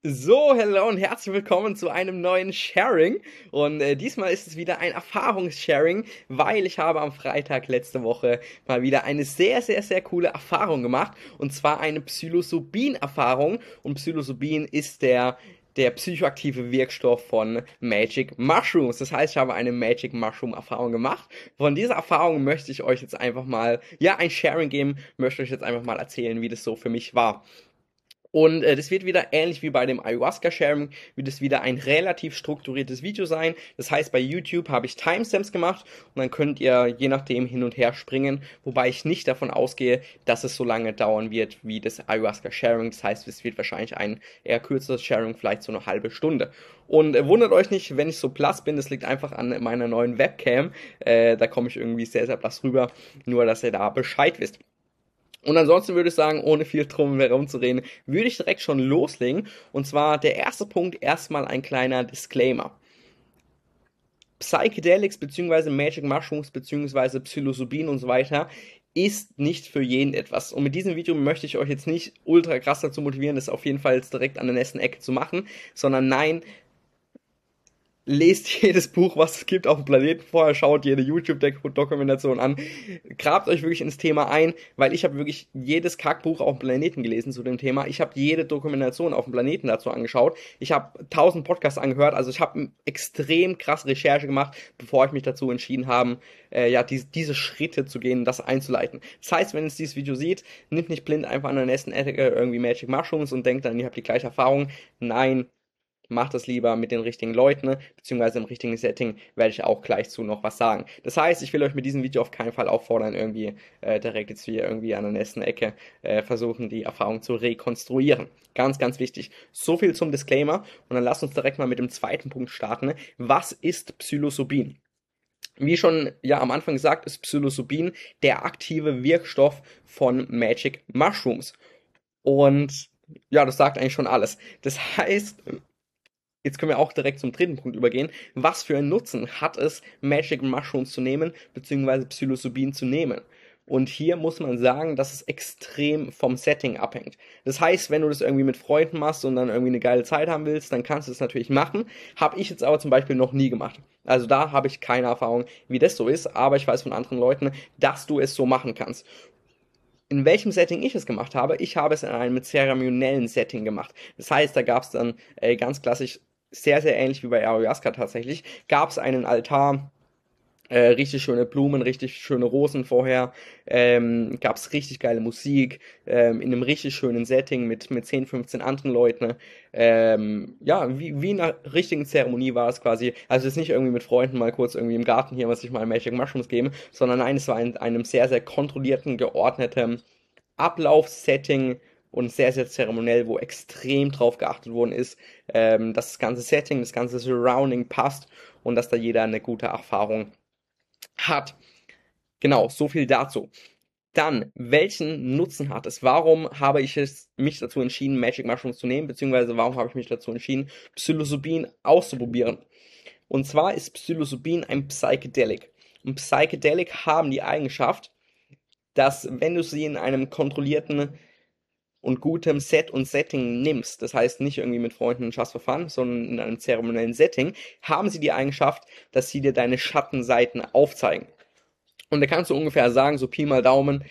So, hello und herzlich willkommen zu einem neuen Sharing. Und diesmal ist es wieder ein Erfahrungssharing, weil ich habe am Freitag letzte Woche mal wieder eine sehr, sehr, sehr coole Erfahrung gemacht. Und zwar eine Psilocybin-Erfahrung. Und Psilocybin ist der psychoaktive Wirkstoff von Magic Mushrooms. Das heißt, ich habe eine Magic Mushroom Erfahrung gemacht. Von dieser Erfahrung möchte ich euch jetzt einfach mal, ja, ein Sharing geben, möchte euch jetzt einfach mal erzählen, wie das so für mich war. Und das wird wieder ähnlich wie bei dem Ayahuasca-Sharing, wird es wieder ein relativ strukturiertes Video sein. Das heißt, bei YouTube habe ich Timestamps gemacht und dann könnt ihr je nachdem hin und her springen, wobei ich nicht davon ausgehe, dass es so lange dauern wird wie das Ayahuasca-Sharing. Das heißt, es wird wahrscheinlich ein eher kürzeres Sharing, vielleicht so eine halbe Stunde. Und wundert euch nicht, wenn ich so blass bin, das liegt einfach an meiner neuen Webcam. Da komme ich irgendwie sehr, sehr blass rüber, nur dass ihr da Bescheid wisst. Und ansonsten würde ich sagen, ohne viel drum herum zu reden, würde ich direkt schon loslegen. Und zwar der erste Punkt, erstmal ein kleiner Disclaimer. Psychedelics bzw. Magic Mushrooms bzw. Psilocybin und so weiter ist nicht für jeden etwas. Und mit diesem Video möchte ich euch jetzt nicht ultra krass dazu motivieren, das auf jeden Fall jetzt direkt an der nächsten Ecke zu machen, sondern nein, lest jedes Buch, was es gibt auf dem Planeten vorher, schaut jede YouTube-Dokumentation an, grabt euch wirklich ins Thema ein, weil ich habe wirklich jedes Kackbuch auf dem Planeten gelesen zu dem Thema. Ich habe jede Dokumentation auf dem Planeten dazu angeschaut. Ich habe 1000 Podcasts angehört. Also ich habe extrem krass Recherche gemacht, bevor ich mich dazu entschieden habe, diese Schritte zu gehen, das einzuleiten. Das heißt, wenn ihr dieses Video seht, nimmt nicht blind einfach an der nächsten Ecke irgendwie Magic Mushrooms und denkt dann, ihr habt die gleiche Erfahrung. Nein, macht das lieber mit den richtigen Leuten, ne? Beziehungsweise im richtigen Setting, werde ich auch gleich zu noch was sagen. Das heißt, ich will euch mit diesem Video auf keinen Fall auffordern, irgendwie direkt jetzt hier irgendwie an der nächsten Ecke versuchen, die Erfahrung zu rekonstruieren. Ganz, ganz wichtig. So viel zum Disclaimer und dann lasst uns direkt mal mit dem zweiten Punkt starten. Ne? Was ist Psilocybin? Wie schon ja am Anfang gesagt, ist Psilocybin der aktive Wirkstoff von Magic Mushrooms. Und ja, das sagt eigentlich schon alles. Das heißt, jetzt können wir auch direkt zum dritten Punkt übergehen. Was für einen Nutzen hat es, Magic Mushrooms zu nehmen, beziehungsweise Psilocybin zu nehmen? Und hier muss man sagen, dass es extrem vom Setting abhängt. Das heißt, wenn du das irgendwie mit Freunden machst und dann irgendwie eine geile Zeit haben willst, dann kannst du es natürlich machen. Habe ich jetzt aber zum Beispiel noch nie gemacht. Also da habe ich keine Erfahrung, wie das so ist, aber ich weiß von anderen Leuten, dass du es so machen kannst. In welchem Setting ich es gemacht habe? Ich habe es in einem zeremoniellen Setting gemacht. Das heißt, da gab es dann ganz klassisch, sehr, sehr ähnlich wie bei Ayahuasca tatsächlich, gab es einen Altar, richtig schöne Blumen, richtig schöne Rosen vorher, gab es richtig geile Musik, in einem richtig schönen Setting mit 10, 15 anderen Leuten. Ja, wie in einer richtigen Zeremonie war es quasi. Also jetzt nicht irgendwie mit Freunden mal kurz irgendwie im Garten hier, was ich mal Magic Mushrooms geben, sondern nein, es war in einem sehr, sehr kontrollierten, geordneten Ablaufsetting und sehr, sehr zeremoniell, wo extrem drauf geachtet worden ist, dass das ganze Setting, das ganze Surrounding passt und dass da jeder eine gute Erfahrung hat. Genau, so viel dazu. Dann, welchen Nutzen hat es? Warum habe ich mich dazu entschieden, Magic Mushrooms zu nehmen, beziehungsweise warum habe ich mich dazu entschieden, Psilocybin auszuprobieren? Und zwar ist Psilocybin ein Psychedelic. Und Psychedelic haben die Eigenschaft, dass wenn du sie in einem kontrollierten und gutem Set und Setting nimmst, das heißt nicht irgendwie mit Freunden Just for Fun, sondern in einem zeremoniellen Setting, haben sie die Eigenschaft, dass sie dir deine Schattenseiten aufzeigen. Und da kannst du ungefähr sagen, so Pi mal Daumen,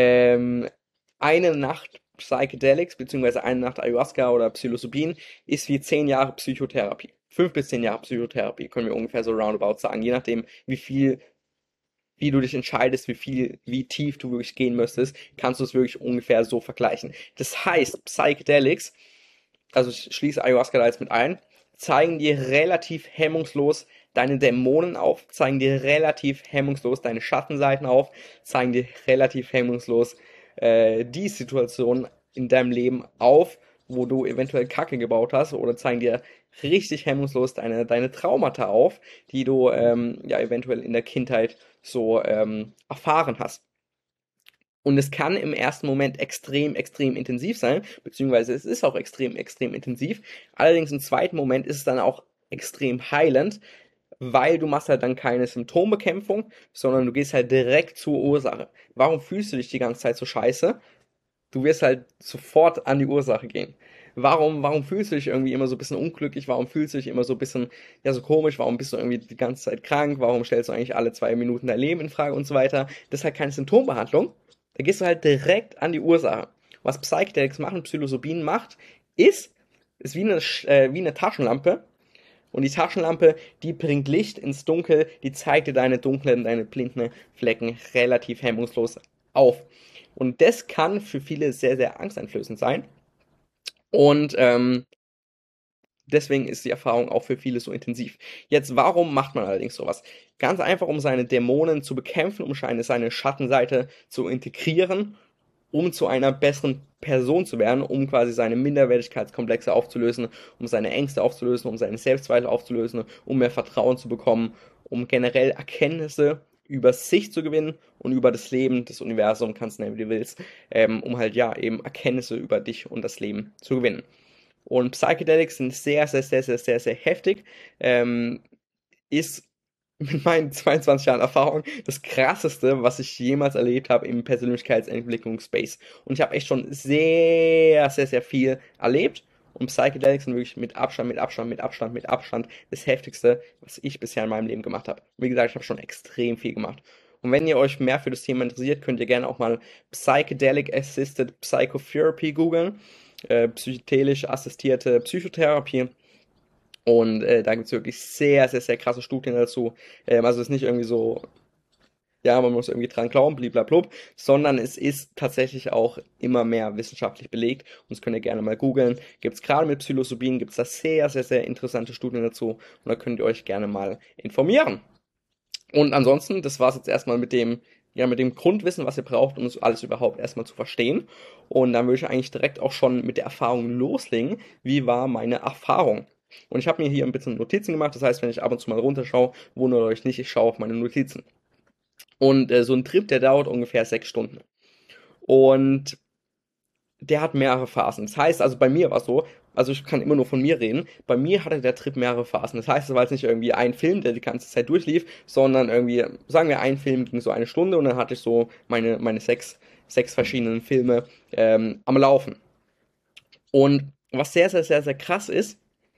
eine Nacht Psychedelics, beziehungsweise eine Nacht Ayahuasca oder Psilocybin ist wie 10 Jahre Psychotherapie. 5 bis 10 Jahre Psychotherapie können wir ungefähr so roundabout sagen, je nachdem, wie du dich entscheidest, wie tief du wirklich gehen müsstest, kannst du es wirklich ungefähr so vergleichen. Das heißt, Psychedelics, also ich schließe Ayahuasca da jetzt mit ein, zeigen dir relativ hemmungslos deine Dämonen auf, zeigen dir relativ hemmungslos deine Schattenseiten auf, zeigen dir relativ hemmungslos die Situation in deinem Leben auf, wo du eventuell Kacke gebaut hast, oder zeigen dir richtig hemmungslos deine Traumata auf, die du ja eventuell in der Kindheit so erfahren hast. Und es kann im ersten Moment extrem, extrem intensiv sein, beziehungsweise es ist auch extrem, extrem intensiv. Allerdings im zweiten Moment ist es dann auch extrem heilend, weil du machst halt dann keine Symptombekämpfung, sondern du gehst halt direkt zur Ursache. Warum fühlst du dich die ganze Zeit so scheiße? Du wirst halt sofort an die Ursache gehen. warum fühlst du dich irgendwie immer so ein bisschen unglücklich, warum fühlst du dich immer so ein bisschen, ja, so komisch, warum bist du irgendwie die ganze Zeit krank, warum stellst du eigentlich alle 2 Minuten dein Leben in Frage und so weiter. Das ist halt keine Symptombehandlung, da gehst du halt direkt an die Ursache. Was Psychedelics machen, Psilocybin macht, ist wie eine Taschenlampe. Und die Taschenlampe, die bringt Licht ins Dunkel, die zeigt dir deine dunklen, deine blinden Flecken relativ hemmungslos auf. Und das kann für viele sehr, sehr angsteinflößend sein. Und deswegen ist die Erfahrung auch für viele so intensiv. Jetzt, warum macht man allerdings sowas? Ganz einfach, um seine Dämonen zu bekämpfen, um seine Schattenseite zu integrieren, um zu einer besseren Person zu werden, um quasi seine Minderwertigkeitskomplexe aufzulösen, um seine Ängste aufzulösen, um seine Selbstzweifel aufzulösen, um mehr Vertrauen zu bekommen, um generell Erkenntnisse über sich zu gewinnen und über das Leben, das Universum, kannst du nennen, wie du willst, um halt ja eben Erkenntnisse über dich und das Leben zu gewinnen. Und Psychedelics sind sehr, sehr, sehr, sehr, sehr, sehr heftig. Ist mit meinen 22 Jahren Erfahrung das krasseste, was ich jemals erlebt habe im Persönlichkeitsentwicklungsspace. Und ich habe echt schon sehr, sehr, sehr viel erlebt. Und Psychedelics sind wirklich mit Abstand das heftigste, was ich bisher in meinem Leben gemacht habe. Wie gesagt, ich habe schon extrem viel gemacht. Und wenn ihr euch mehr für das Thema interessiert, könnt ihr gerne auch mal Psychedelic Assisted Psychotherapy googeln. Psychedelisch assistierte Psychotherapie. Und da gibt es wirklich sehr, sehr, sehr krasse Studien dazu. Also es ist nicht irgendwie so, ja, man muss irgendwie dran glauben, blablabla, sondern es ist tatsächlich auch immer mehr wissenschaftlich belegt. Und das könnt ihr gerne mal googeln. Gibt es gerade mit Psilocybin, gibt es da sehr, sehr, sehr interessante Studien dazu. Und da könnt ihr euch gerne mal informieren. Und ansonsten, das war es jetzt erstmal mit dem, ja, mit dem Grundwissen, was ihr braucht, um das alles überhaupt erstmal zu verstehen. Und dann würde ich eigentlich direkt auch schon mit der Erfahrung loslegen. Wie war meine Erfahrung? Und ich habe mir hier ein bisschen Notizen gemacht. Das heißt, wenn ich ab und zu mal runterschaue, wundert euch nicht, ich schaue auf meine Notizen. Und so ein Trip, der dauert ungefähr 6 Stunden. Und der hat mehrere Phasen. Das heißt, also bei mir war es so, also ich kann immer nur von mir reden, bei mir hatte der Trip mehrere Phasen. Das heißt, es war jetzt nicht irgendwie ein Film, der die ganze Zeit durchlief, sondern irgendwie, sagen wir, ein Film ging so 1 Stunde und dann hatte ich so meine sechs verschiedenen Filme am Laufen. Und was sehr, sehr, sehr, sehr krass ist,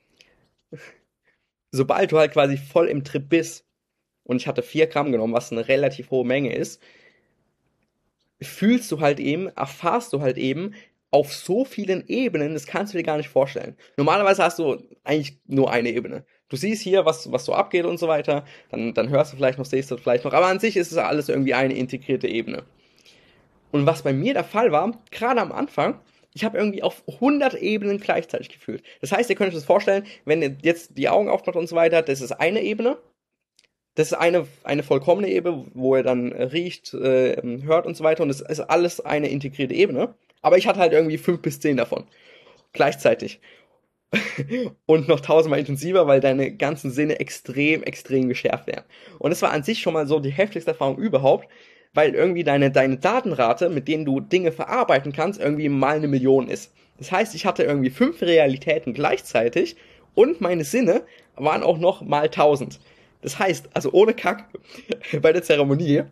sobald du halt quasi voll im Trip bist, und ich hatte 4 Gramm genommen, was eine relativ hohe Menge ist, fühlst du halt eben, erfahrst du halt eben auf so vielen Ebenen, das kannst du dir gar nicht vorstellen. Normalerweise hast du eigentlich nur eine Ebene. Du siehst hier, was so abgeht und so weiter, dann hörst du vielleicht noch, siehst du vielleicht noch, aber an sich ist es alles irgendwie eine integrierte Ebene. Und was bei mir der Fall war, gerade am Anfang, ich habe irgendwie auf 100 Ebenen gleichzeitig gefühlt. Das heißt, ihr könnt euch das vorstellen, wenn ihr jetzt die Augen aufmacht und so weiter, das ist eine Ebene. Das ist eine vollkommene Ebene, wo er dann riecht, hört und so weiter. Und das ist alles eine integrierte Ebene. Aber ich hatte halt irgendwie 5 bis 10 davon. Gleichzeitig. Und noch 1000-mal intensiver, weil deine ganzen Sinne extrem, extrem geschärft werden. Und das war an sich schon mal so die heftigste Erfahrung überhaupt, weil irgendwie deine Datenrate, mit denen du Dinge verarbeiten kannst, irgendwie mal 1 Million ist. Das heißt, ich hatte irgendwie 5 Realitäten gleichzeitig und meine Sinne waren auch noch mal 1000. Das heißt, also ohne Kack, bei der Zeremonie,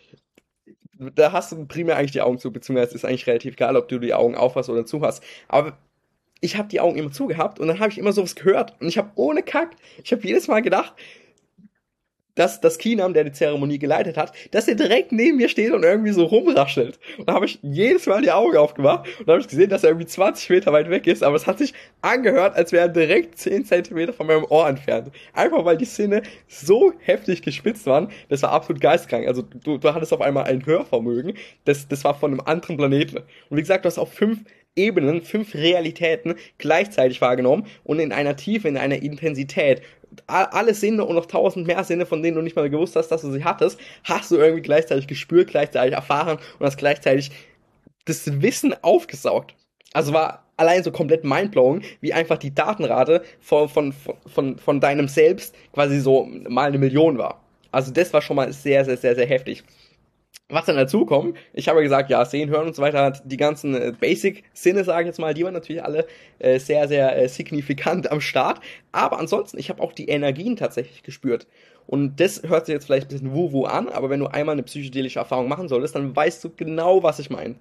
da hast du primär eigentlich die Augen zu, beziehungsweise ist eigentlich relativ egal, ob du die Augen auf hast oder zu hast. Aber ich habe die Augen immer zugehabt und dann habe ich immer sowas gehört und ich habe ohne Kack, ich habe jedes Mal gedacht, dass das Kinam, der die Zeremonie geleitet hat, dass er direkt neben mir steht und irgendwie so rumraschelt. Und da habe ich jedes Mal die Augen aufgemacht und da habe ich gesehen, dass er irgendwie 20 Meter weit weg ist, aber es hat sich angehört, als wäre er direkt 10 Zentimeter von meinem Ohr entfernt. Einfach weil die Sinne so heftig gespitzt waren, das war absolut geistkrank. Also du hattest auf einmal ein Hörvermögen, das war von einem anderen Planeten. Und wie gesagt, du hast auf 5 Ebenen, 5 Realitäten gleichzeitig wahrgenommen und in einer Tiefe, in einer Intensität. Alle Sinne und noch 1000 mehr Sinne, von denen du nicht mal gewusst hast, dass du sie hattest, hast du irgendwie gleichzeitig gespürt, gleichzeitig erfahren und hast gleichzeitig das Wissen aufgesaugt. Also war allein so komplett mindblowing, wie einfach die Datenrate von deinem Selbst quasi so mal 1 Million war. Also das war schon mal sehr, sehr, sehr, sehr heftig. Was dann dazu kommt, ich habe gesagt, ja, sehen, hören und so weiter, die ganzen Basic-Sinne, sage ich jetzt mal, die waren natürlich alle sehr, sehr signifikant am Start. Aber ansonsten, ich habe auch die Energien tatsächlich gespürt. Und das hört sich jetzt vielleicht ein bisschen wuhu an, aber wenn du einmal eine psychedelische Erfahrung machen solltest, dann weißt du genau, was ich meine.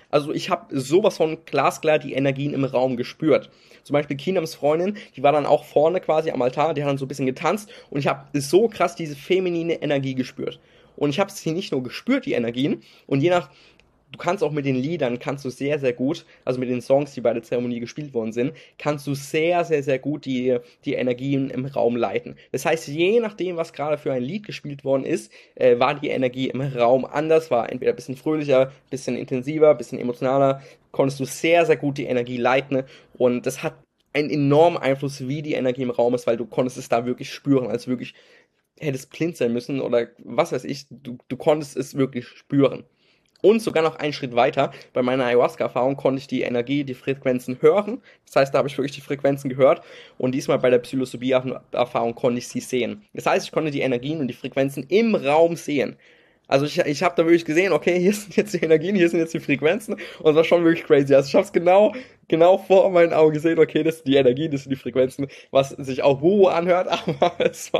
Also ich habe sowas von glasklar die Energien im Raum gespürt. Zum Beispiel Keenums Freundin, die war dann auch vorne quasi am Altar, die hat dann so ein bisschen getanzt und ich habe so krass diese feminine Energie gespürt. Und ich habe sie nicht nur gespürt, die Energien, und je nach, du kannst auch mit den Liedern, kannst du sehr, sehr gut, also mit den Songs, die bei der Zeremonie gespielt worden sind, kannst du sehr, sehr, sehr gut die Energien im Raum leiten. Das heißt, je nachdem, was gerade für ein Lied gespielt worden ist, war die Energie im Raum anders, war entweder ein bisschen fröhlicher, ein bisschen intensiver, ein bisschen emotionaler, konntest du sehr, sehr gut die Energie leiten und das hat einen enormen Einfluss, wie die Energie im Raum ist, weil du konntest es da wirklich spüren, als wirklich hättest blind sein müssen oder was weiß ich, du konntest es wirklich spüren. Und sogar noch einen Schritt weiter, bei meiner Ayahuasca-Erfahrung konnte ich die Energie, die Frequenzen hören. Das heißt, da habe ich wirklich die Frequenzen gehört. Und diesmal bei der Psilocybie-Erfahrung konnte ich sie sehen. Das heißt, ich konnte die Energien und die Frequenzen im Raum sehen. Also ich habe da wirklich gesehen, okay, hier sind jetzt die Energien, hier sind jetzt die Frequenzen. Und das war schon wirklich crazy. Also ich habe es genau vor meinen Augen gesehen, okay, das sind die Energien, das sind die Frequenzen, was sich auch Wuhu anhört, aber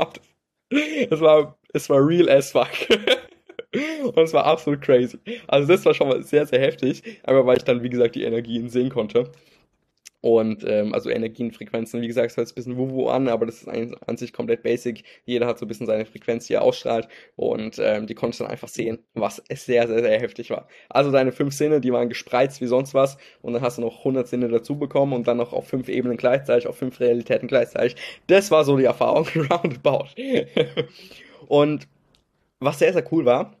es war real as fuck. Und es war absolut crazy. Also das war schon mal sehr, sehr heftig. Aber weil ich dann, wie gesagt, die Energien sehen konnte. Und also Energienfrequenzen, wie gesagt, es hört sich ein bisschen Wuhu an, aber das ist an sich komplett basic. Jeder hat so ein bisschen seine Frequenz, die er ausstrahlt. Und die konnte ich dann einfach sehen, was sehr, sehr, sehr heftig war. Also deine 5 Sinne, die waren gespreizt wie sonst was. Und dann hast du noch 100 Sinne dazu bekommen und dann noch auf 5 Ebenen gleichzeitig, auf 5 Realitäten gleichzeitig. Das war so die Erfahrung roundabout. Und was sehr, sehr cool war,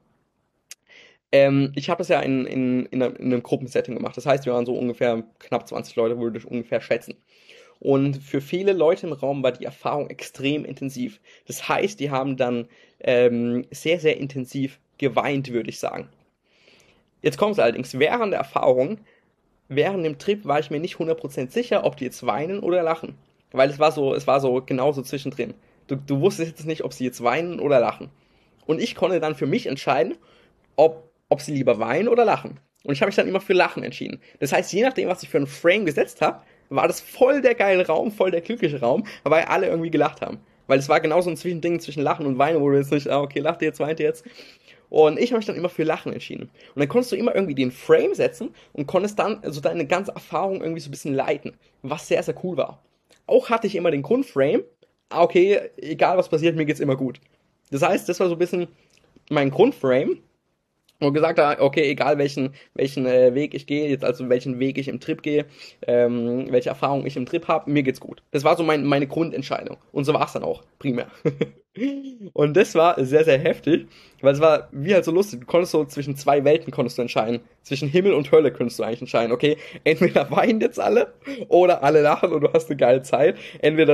ich habe das ja in einem Gruppensetting gemacht. Das heißt, wir waren so ungefähr knapp 20 Leute, würde ich ungefähr schätzen. Und für viele Leute im Raum war die Erfahrung extrem intensiv. Das heißt, die haben dann sehr, sehr intensiv geweint, würde ich sagen. Jetzt kommt es allerdings, während der Erfahrung, während dem Trip war ich mir nicht 100% sicher, ob die jetzt weinen oder lachen. Weil es war so genauso zwischendrin. Du wusstest jetzt nicht, ob sie jetzt weinen oder lachen. Und ich konnte dann für mich entscheiden, ob sie lieber weinen oder lachen. Und ich habe mich dann immer für Lachen entschieden. Das heißt, je nachdem, was ich für einen Frame gesetzt habe, war das voll der geile Raum, voll der glückliche Raum, weil alle irgendwie gelacht haben. Weil es war genauso ein Zwischending zwischen Lachen und Weinen, wo du jetzt nicht, okay, lacht ihr jetzt, weint ihr jetzt. Und ich habe mich dann immer für Lachen entschieden. Und dann konntest du immer irgendwie den Frame setzen und konntest dann so deine ganze Erfahrung irgendwie so ein bisschen leiten, was sehr, sehr cool war. Auch hatte ich immer den Grundframe, okay, egal was passiert, mir geht's immer gut. Das heißt, das war so ein bisschen mein Grundframe und gesagt habe, okay, egal welchen Weg ich gehe, jetzt also welchen Weg ich im Trip gehe, welche Erfahrung ich im Trip habe, mir geht's gut. Das war so meine Grundentscheidung. Und so war es dann auch, primär. Und das war sehr, sehr heftig, weil es war wie halt so lustig. Du konntest so zwischen 2 Welten konntest du entscheiden. Zwischen Himmel und Hölle konntest du eigentlich entscheiden. Okay, entweder weinen jetzt alle oder alle lachen und du hast eine geile Zeit. Entweder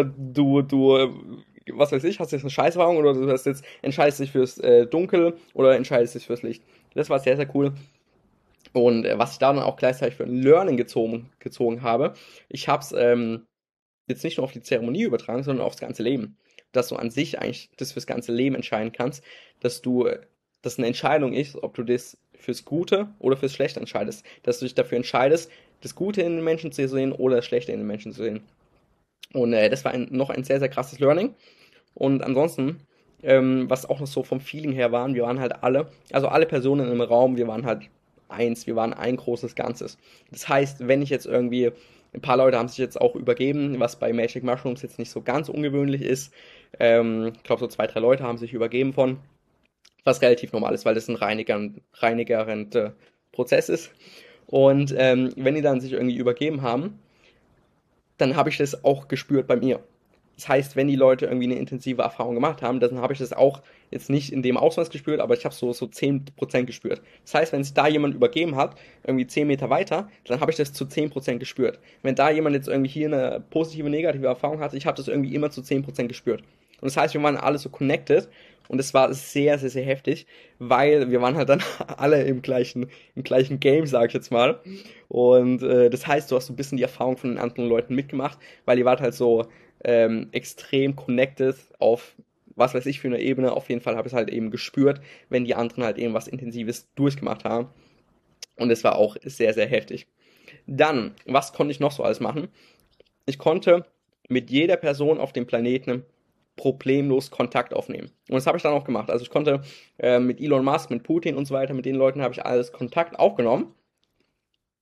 was weiß ich, hast jetzt eine Scheißerfahrung oder du hast jetzt entscheidest dich fürs Dunkel oder entscheidest dich fürs Licht. Das war sehr, sehr cool. Und was ich da dann auch gleichzeitig für ein Learning gezogen habe, ich habe es jetzt nicht nur auf die Zeremonie übertragen, sondern aufs ganze Leben. Dass du an sich eigentlich das fürs ganze Leben entscheiden kannst, dass das eine Entscheidung ist, ob du das fürs Gute oder fürs Schlechte entscheidest. Dass du dich dafür entscheidest, das Gute in den Menschen zu sehen oder das Schlechte in den Menschen zu sehen. Und das war noch ein sehr, sehr krasses Learning. Und ansonsten, was auch noch so vom Feeling her waren, wir waren halt also alle Personen im Raum, wir waren halt eins, wir waren ein großes Ganzes. Das heißt, wenn ich jetzt irgendwie, ein paar Leute haben sich jetzt auch übergeben, was bei Magic Mushrooms jetzt nicht so ganz ungewöhnlich ist. Ich glaube, so 2, 3 Leute haben sich übergeben von, was relativ normal ist, weil das ein reinigerender Prozess ist. Und wenn die dann sich irgendwie übergeben haben, dann habe ich das auch gespürt bei mir. Das heißt, wenn die Leute irgendwie eine intensive Erfahrung gemacht haben, dann habe ich das auch jetzt nicht in dem Ausmaß gespürt, aber ich habe so 10% gespürt. Das heißt, wenn sich da jemand übergeben hat, irgendwie 10 Meter weiter, dann habe ich das zu 10% gespürt. Wenn da jemand jetzt irgendwie hier eine positive, negative Erfahrung hatte, ich habe das irgendwie immer zu 10% gespürt. Und das heißt, wir waren alle so connected und es war sehr, sehr, sehr heftig, weil wir waren halt dann alle im gleichen Game, sag ich jetzt mal. Und das heißt, du hast so ein bisschen die Erfahrung von den anderen Leuten mitgemacht, weil ihr wart halt so extrem connected auf was weiß ich für eine Ebene. Auf jeden Fall habe ich es halt eben gespürt, wenn die anderen halt eben was Intensives durchgemacht haben. Und es war auch sehr, sehr heftig. Dann, was konnte ich noch so alles machen? Ich konnte mit jeder Person auf dem Planeten problemlos Kontakt aufnehmen. Und das habe ich dann auch gemacht. Also ich konnte mit Elon Musk, mit Putin und so weiter, mit den Leuten habe ich alles Kontakt aufgenommen.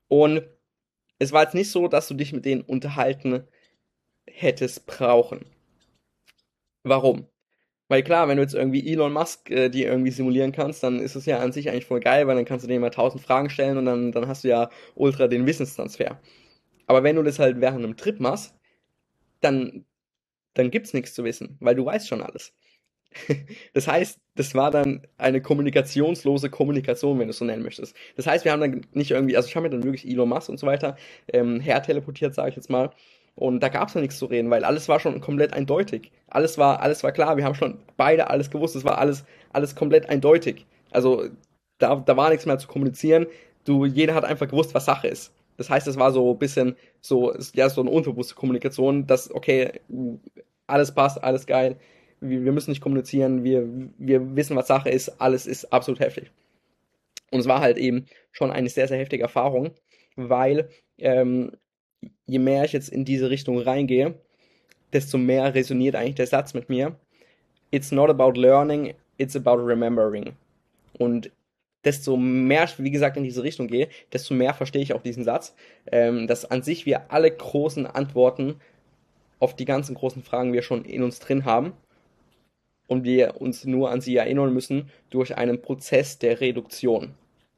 Und es war jetzt nicht so, dass du dich mit denen unterhalten hättest brauchen. Warum? Weil klar, wenn du jetzt irgendwie Elon Musk die irgendwie simulieren kannst, dann ist es ja an sich eigentlich voll geil, weil dann kannst du denen mal 1000 Fragen stellen und dann hast du ja ultra den Wissenstransfer. Aber wenn du das halt während einem Trip machst, dann, dann gibt's nichts zu wissen, weil du weißt schon alles. Das heißt, das war dann eine kommunikationslose Kommunikation, wenn du es so nennen möchtest. Das heißt, wir haben dann nicht irgendwie, also ich habe mir dann wirklich Elon Musk und so weiter herteleportiert, sage ich jetzt mal. Und da gab es ja nichts zu reden, weil alles war schon komplett eindeutig. Alles war klar, wir haben schon beide alles gewusst, es war alles komplett eindeutig. Also da war nichts mehr zu kommunizieren. Jeder hat einfach gewusst, was Sache ist. Das heißt, es war so ein bisschen ja, so eine unbewusste Kommunikation, dass, okay, alles passt, alles geil, wir müssen nicht kommunizieren, wir wissen, was Sache ist, alles ist absolut heftig. Und es war halt eben schon eine sehr, sehr heftige Erfahrung, weil je mehr ich jetzt in diese Richtung reingehe, desto mehr resoniert eigentlich der Satz mit mir. It's not about learning, it's about remembering. Und desto mehr ich, wie gesagt, in diese Richtung gehe, desto mehr verstehe ich auch diesen Satz, dass an sich wir alle großen Antworten auf die ganzen großen Fragen wir schon in uns drin haben und wir uns nur an sie erinnern müssen durch einen Prozess der Reduktion.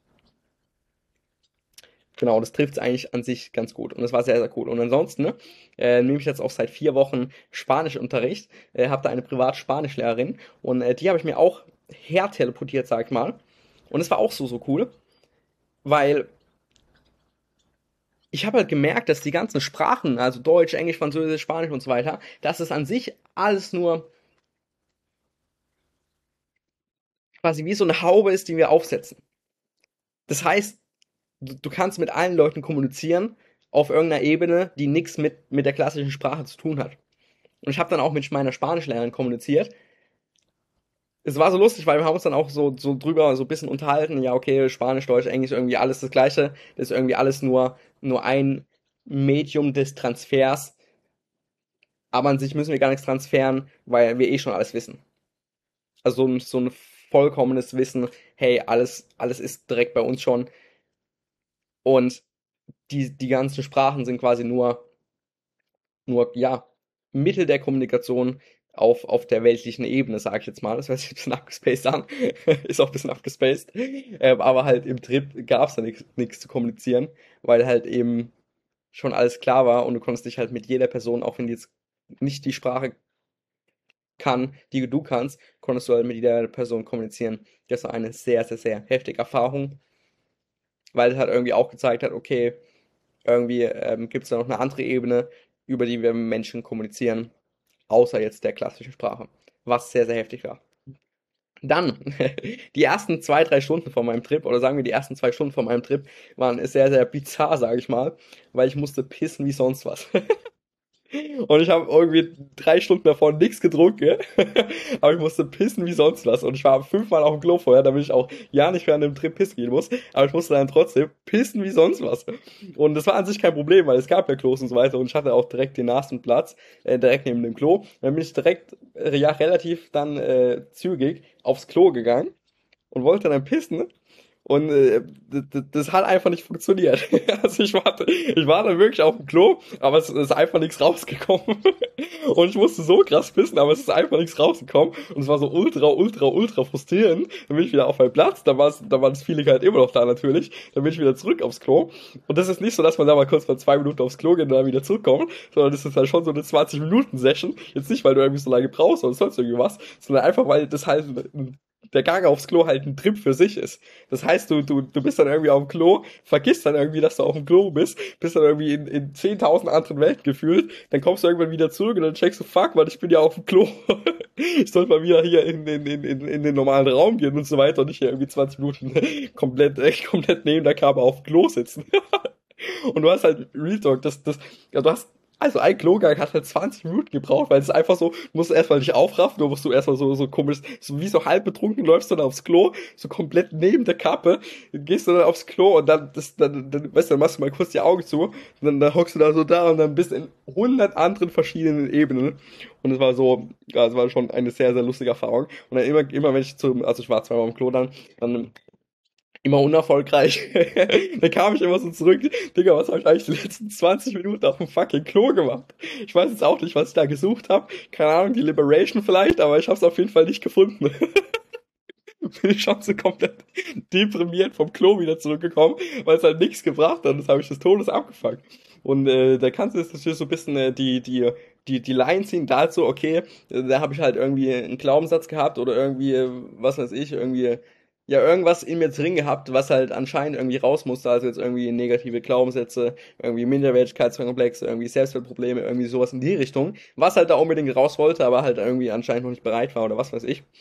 Genau, das trifft es eigentlich an sich ganz gut und das war sehr, sehr cool. Und ansonsten nehme ich jetzt auch seit 4 Wochen Spanischunterricht, habe da eine Privat-Spanischlehrerin und die habe ich mir auch herteleportiert, sag ich mal. Und es war auch so, so cool, weil ich habe halt gemerkt, dass die ganzen Sprachen, also Deutsch, Englisch, Französisch, Spanisch und so weiter, dass es an sich alles nur quasi wie so eine Haube ist, die wir aufsetzen. Das heißt, du kannst mit allen Leuten kommunizieren auf irgendeiner Ebene, die nichts mit der klassischen Sprache zu tun hat. Und ich habe dann auch mit meiner Spanischlehrerin kommuniziert. Es war so lustig, weil wir haben uns dann auch so drüber so ein bisschen unterhalten. Ja, okay, Spanisch, Deutsch, Englisch, irgendwie alles das Gleiche. Das ist irgendwie alles nur ein Medium des Transfers. Aber an sich müssen wir gar nichts transferen, weil wir eh schon alles wissen. Also so ein vollkommenes Wissen, hey, alles ist direkt bei uns schon. Und die ganzen Sprachen sind quasi nur, ja, Mittel der Kommunikation auf der weltlichen Ebene, sage ich jetzt mal. Das hört sich ein bisschen abgespaced an. Ist auch ein bisschen abgespaced. Aber halt im Trip gab es da nichts zu kommunizieren, weil halt eben schon alles klar war und du konntest dich halt mit jeder Person, auch wenn die jetzt nicht die Sprache kann, die du kannst, konntest du halt mit jeder Person kommunizieren. Das war eine sehr, sehr, sehr heftige Erfahrung, weil es halt irgendwie auch gezeigt hat, okay, irgendwie gibt es da noch eine andere Ebene, über die wir mit Menschen kommunizieren, außer jetzt der klassischen Sprache, was sehr, sehr heftig war. Dann, die ersten 2, 3 Stunden von meinem Trip, oder sagen wir die ersten 2 Stunden von meinem Trip, waren sehr, sehr bizarr, sage ich mal, weil ich musste pissen wie sonst was. Und ich habe irgendwie 3 Stunden davor nichts getrunken, aber ich musste pissen wie sonst was. Und ich war 5-mal auf dem Klo vorher, damit ich auch ja nicht während dem Trip pissen gehen muss. Aber ich musste dann trotzdem pissen wie sonst was. Und das war an sich kein Problem, weil es gab ja Klos und so weiter. Und ich hatte auch direkt den nahesten Platz, direkt neben dem Klo. Dann bin ich direkt, ja, relativ dann zügig aufs Klo gegangen und wollte dann pissen. Und das hat einfach nicht funktioniert. Also ich war dann wirklich auf dem Klo, aber es ist einfach nichts rausgekommen. Und ich musste so krass pissen, aber es ist einfach nichts rausgekommen. Und es war so ultra, ultra, ultra frustrierend. Dann bin ich wieder auf meinen Platz, da war das Feeling halt immer noch da natürlich. Dann bin ich wieder zurück aufs Klo. Und das ist nicht so, dass man da mal kurz mal 2 Minuten aufs Klo geht und dann wieder zurückkommt, sondern das ist halt schon so eine 20-Minuten-Session. Jetzt nicht, weil du irgendwie so lange brauchst oder sonst irgendwie was, sondern einfach, weil das halt der Gang aufs Klo halt ein Trip für sich ist. Das heißt, du bist dann irgendwie auf dem Klo, vergisst dann irgendwie, dass du auf dem Klo bist dann irgendwie in 10.000 anderen Welten gefühlt, dann kommst du irgendwann wieder zurück und dann checkst du, fuck, weil ich bin ja auf dem Klo. Ich sollte mal wieder hier in den normalen Raum gehen und so weiter und nicht hier irgendwie 20 Minuten komplett neben der Kamera auf dem Klo sitzen. Und du hast halt Real Talk, ja, du hast also ein Klogang hat halt 20 Minuten gebraucht, weil es ist einfach so, du musst erstmal dich aufraffen, du musst du erstmal so komisch, so wie so halb betrunken läufst du dann aufs Klo, so komplett neben der Kappe, gehst du dann aufs Klo und dann weißt du, dann machst du mal kurz die Augen zu, und dann hockst du da so da und dann bist in 100 anderen verschiedenen Ebenen. Und es war so, ja, es war schon eine sehr, sehr lustige Erfahrung. Und dann immer wenn ich also ich war 2-mal im Klo dann immer unerfolgreich. Dann kam ich immer so zurück, Digga, was habe ich eigentlich die letzten 20 Minuten auf dem fucking Klo gemacht? Ich weiß jetzt auch nicht, was ich da gesucht habe. Keine Ahnung, die Liberation vielleicht, aber ich habe es auf jeden Fall nicht gefunden. Bin ich schon so komplett deprimiert vom Klo wieder zurückgekommen, weil es halt nichts gebracht hat. Das habe ich des Todes abgefuckt. Und da kannst du jetzt natürlich so ein bisschen die Line ziehen dazu, okay, da habe ich halt irgendwie einen Glaubenssatz gehabt oder irgendwie, was weiß ich, irgendwie, ja, irgendwas in mir drin gehabt, was halt anscheinend irgendwie raus musste, also jetzt irgendwie negative Glaubenssätze, irgendwie Minderwertigkeitskomplexe, irgendwie Selbstwertprobleme, irgendwie sowas in die Richtung, was halt da unbedingt raus wollte, aber halt irgendwie anscheinend noch nicht bereit war oder was weiß ich.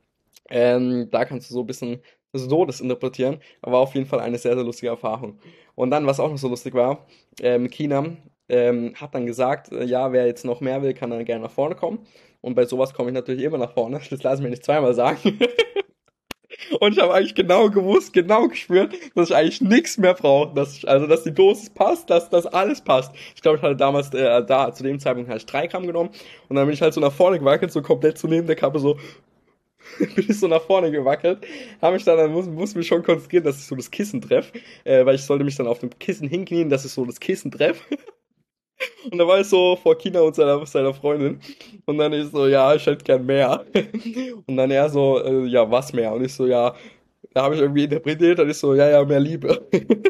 Da kannst du so ein bisschen so das interpretieren, aber war auf jeden Fall eine sehr, sehr lustige Erfahrung. Und dann, was auch noch so lustig war, Kina hat dann gesagt, ja, wer jetzt noch mehr will, kann dann gerne nach vorne kommen. Und bei sowas komme ich natürlich immer nach vorne. Das lasse ich mir nicht zweimal sagen. Und ich habe eigentlich genau gewusst, genau gespürt, dass ich eigentlich nichts mehr brauche. Also, dass die Dosis passt, dass das alles passt. Ich glaube, ich hatte damals, zu dem Zeitpunkt hatte ich 3 Gramm genommen. Und dann bin ich halt so nach vorne gewackelt, so komplett zu neben der Kappe, so, bin ich so nach vorne gewackelt, habe mich dann muss mich schon konzentrieren, dass ich so das Kissen treffe, weil ich sollte mich dann auf dem Kissen hinknien, dass ich so das Kissen treffe. Und da war ich so vor China und seiner Freundin. Und dann ich so, ja, ich hätte gern mehr. Und dann er so, ja, was mehr? Und ich so, ja, da habe ich irgendwie interpretiert, und ich so, ja, ja, mehr Liebe.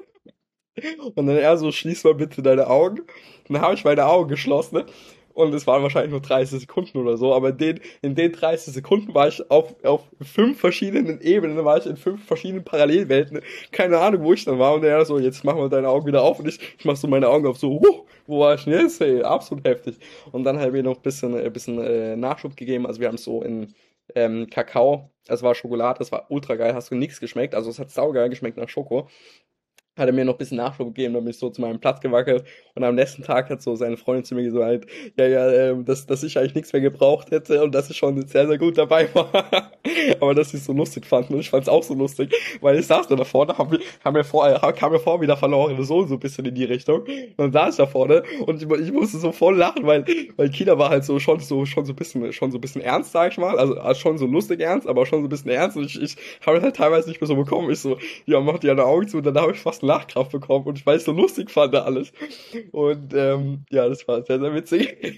Und dann er so, schließ mal bitte deine Augen. Und dann habe ich meine Augen geschlossen, ne? Und es waren wahrscheinlich nur 30 Sekunden oder so, aber in den 30 Sekunden war ich auf 5 verschiedenen Ebenen, war ich in 5 verschiedenen Parallelwelten. Keine Ahnung, wo ich dann war. Und er so, jetzt mach mal deine Augen wieder auf. Und ich mach so meine Augen auf, so, wo war ich denn jetzt? Hey, absolut heftig. Und dann haben wir noch ein bisschen Nachschub gegeben. Also wir haben so in Kakao, es war Schokolade, das war ultra geil, hast du nichts geschmeckt. Also es hat saugeil geschmeckt nach Schoko. Hat er mir noch ein bisschen Nachschub gegeben, dann bin ich so zu meinem Platz gewackelt. Und am nächsten Tag hat so seine Freundin zu mir gesagt, ja, ja, dass ich eigentlich nichts mehr gebraucht hätte und dass ich schon sehr, sehr gut dabei war. Aber dass ich es so lustig fand. Und ich fand es auch so lustig, weil ich saß da vorne, kam mir vor wie der verlorene Sohn so ein bisschen in die Richtung. Und dann saß ich da vorne und ich musste so voll lachen, weil Kina war halt so schon so ein bisschen ernst, sag ich mal. Also schon so lustig ernst, aber schon so ein bisschen ernst. Und ich habe es halt teilweise nicht mehr so bekommen. Ich so, ja, mach dir eine Augen zu. Und dann habe ich fast Lachkraft bekommen und ich weiß, so lustig fand er alles. Und ja, das war sehr, sehr witzig.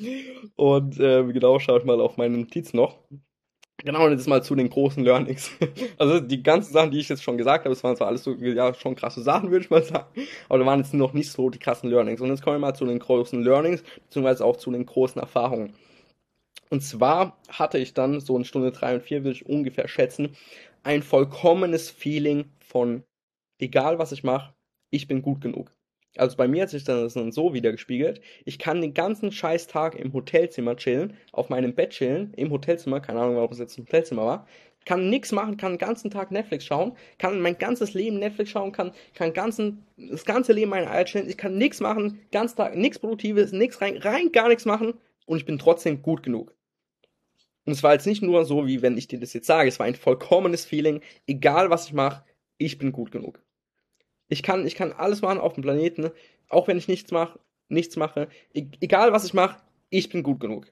Und genau, schaue ich mal auf meine Notiz noch. Genau, und jetzt mal zu den großen Learnings. Also die ganzen Sachen, die ich jetzt schon gesagt habe, das waren zwar alles so, ja, schon krasse Sachen, würde ich mal sagen, aber da waren jetzt noch nicht so die krassen Learnings. Und jetzt kommen wir mal zu den großen Learnings, beziehungsweise auch zu den großen Erfahrungen. Und zwar hatte ich dann so in Stunde 3 und 4, würde ich ungefähr schätzen, ein vollkommenes Feeling von, egal was ich mache, ich bin gut genug. Also bei mir hat sich das dann so wieder gespiegelt, ich kann den ganzen Scheißtag im Hotelzimmer chillen, auf meinem Bett chillen, im Hotelzimmer, keine Ahnung, warum es jetzt ein Hotelzimmer war, kann nichts machen, kann den ganzen Tag Netflix schauen, kann mein ganzes Leben Netflix schauen, kann das ganze Leben meine Eier chillen, ich kann nichts machen, ganzen Tag nichts Produktives, nichts rein gar nichts machen und ich bin trotzdem gut genug. Und es war jetzt nicht nur so, wie wenn ich dir das jetzt sage, es war ein vollkommenes Feeling, egal was ich mache, ich bin gut genug. Ich kann alles machen auf dem Planeten, auch wenn ich nichts mache, egal was ich mache, ich bin gut genug.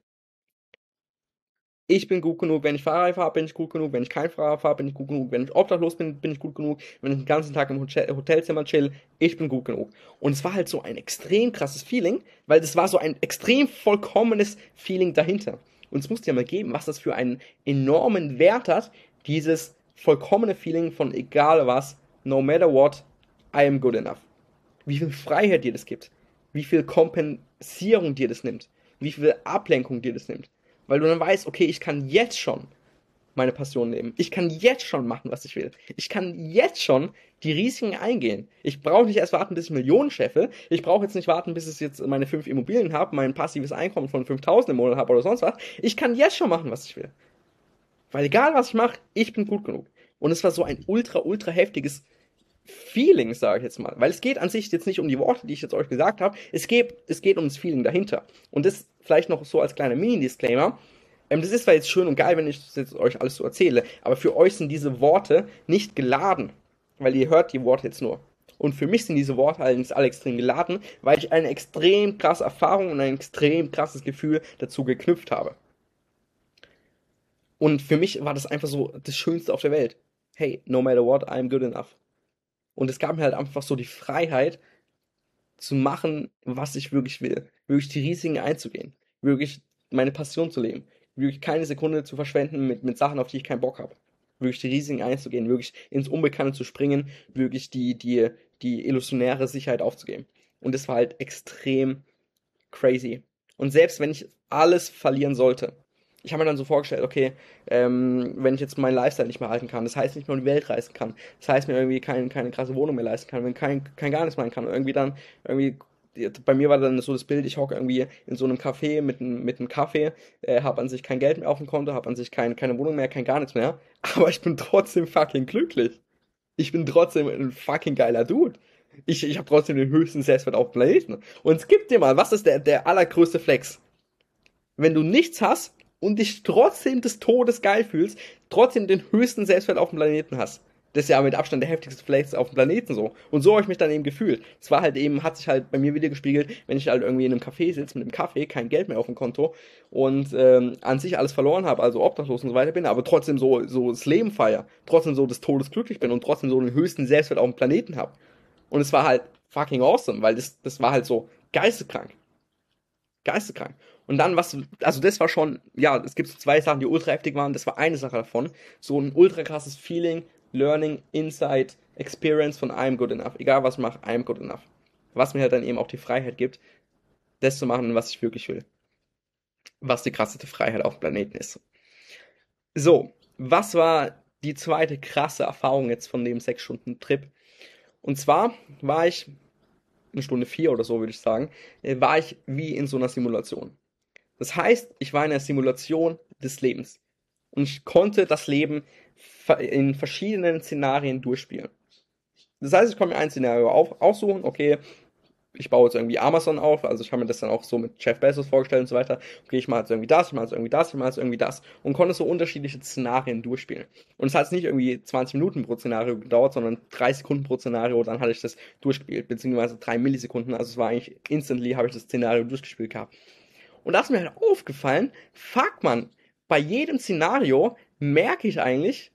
Ich bin gut genug, wenn ich Fahrrad fahre, bin ich gut genug, wenn ich kein Fahrrad fahre, bin ich gut genug, wenn ich obdachlos bin, bin ich gut genug, wenn ich den ganzen Tag im Hotelzimmer chill, ich bin gut genug. Und es war halt so ein extrem krasses Feeling, weil das war so ein extrem vollkommenes Feeling dahinter. Und es muss dir mal geben, was das für einen enormen Wert hat, dieses vollkommene Feeling von egal was, no matter what, I am good enough. Wie viel Freiheit dir das gibt, wie viel Kompensierung dir das nimmt, wie viel Ablenkung dir das nimmt. Weil du dann weißt, okay, ich kann jetzt schon meine Passion leben. Ich kann jetzt schon machen, was ich will. Ich kann jetzt schon die Risiken eingehen. Ich brauche nicht erst warten, bis ich Millionen scheffe. Ich brauche jetzt nicht warten, bis ich jetzt meine 5 Immobilien habe, mein passives Einkommen von 5.000 im Monat habe oder sonst was. Ich kann jetzt schon machen, was ich will. Weil egal, was ich mache, ich bin gut genug. Und es war so ein ultra, ultra heftiges Feeling, sage ich jetzt mal. Weil es geht an sich jetzt nicht um die Worte, die ich jetzt euch gesagt habe. Es geht um das Feeling dahinter. Und das vielleicht noch so als kleiner Mini-Disclaimer. Das ist zwar jetzt schön und geil, wenn ich das jetzt euch alles so erzähle, aber für euch sind diese Worte nicht geladen, weil ihr hört die Worte jetzt nur. Und für mich sind diese Worte allerdings alle extrem geladen, weil ich eine extrem krasse Erfahrung und ein extrem krasses Gefühl dazu geknüpft habe. Und für mich war das einfach so das Schönste auf der Welt. hey, no matter what, I'm good enough. Und es gab mir halt einfach so die Freiheit, zu machen, was ich wirklich will. Wirklich die Risiken einzugehen. Wirklich meine Passion zu leben. Wirklich keine Sekunde zu verschwenden mit Sachen, auf die ich keinen Bock habe. Wirklich die Risiken einzugehen. Wirklich ins Unbekannte zu springen. Wirklich die illusionäre Sicherheit aufzugeben. Und das war halt extrem crazy. Und selbst wenn ich alles verlieren sollte, ich habe mir dann so vorgestellt, okay, wenn ich jetzt meinen Lifestyle nicht mehr halten kann, das heißt nicht mehr um die Welt reisen kann, das heißt mir irgendwie keine krasse Wohnung mehr leisten kann, wenn kein gar nichts machen kann, irgendwie, bei mir war dann so das Bild, ich hocke irgendwie in so einem Café mit einem Kaffee, habe an sich kein Geld mehr auf dem Konto, habe an sich keine Wohnung mehr, kein gar nichts mehr, aber ich bin trotzdem fucking glücklich. Ich bin trotzdem ein fucking geiler Dude. Ich habe trotzdem den höchsten Selbstwert auf dem Planeten. Und es gibt dir mal, was ist der allergrößte Flex? Wenn du nichts hast und dich trotzdem des Todes geil fühlst, trotzdem den höchsten Selbstwert auf dem Planeten hast. Das ist ja mit Abstand der heftigste Flex auf dem Planeten so. Und so habe ich mich dann eben gefühlt. Es war halt eben, hat sich halt bei mir wieder gespiegelt, wenn ich halt irgendwie in einem Café sitze, mit einem Kaffee, kein Geld mehr auf dem Konto und an sich alles verloren habe, also obdachlos und so weiter bin, aber trotzdem so das Leben feier, trotzdem so des Todes glücklich bin und trotzdem so den höchsten Selbstwert auf dem Planeten habe. Und es war halt fucking awesome, weil das war halt so geisteskrank. Geisteskrank. Und dann also das war schon, ja, es gibt so zwei Sachen, die ultra heftig waren, das war eine Sache davon. So ein ultra krasses Feeling, Learning, Insight, Experience von I'm good enough. Egal was ich mache, I'm good enough. Was mir halt dann eben auch die Freiheit gibt, das zu machen, was ich wirklich will. Was die krasseste Freiheit auf dem Planeten ist. So, was war die zweite krasse Erfahrung jetzt von dem 6-Stunden-Trip? Und zwar war ich, eine Stunde 4 oder so würde ich sagen, war ich wie in so einer Simulation. Das heißt, ich war in einer Simulation des Lebens. Und ich konnte das Leben in verschiedenen Szenarien durchspielen. Das heißt, ich konnte mir ein Szenario aussuchen, okay, ich baue jetzt irgendwie Amazon auf, also ich habe mir das dann auch so mit Jeff Bezos vorgestellt und so weiter. Okay, ich mache jetzt irgendwie das, ich mache jetzt irgendwie das, ich mache jetzt irgendwie das. Und konnte so unterschiedliche Szenarien durchspielen. Und es hat jetzt nicht irgendwie 20 Minuten pro Szenario gedauert, sondern 3 Sekunden pro Szenario, dann hatte ich das durchgespielt, beziehungsweise 3 Millisekunden, also es war eigentlich instantly, habe ich das Szenario durchgespielt gehabt. Und da ist mir halt aufgefallen, fuck man, bei jedem Szenario merke ich eigentlich,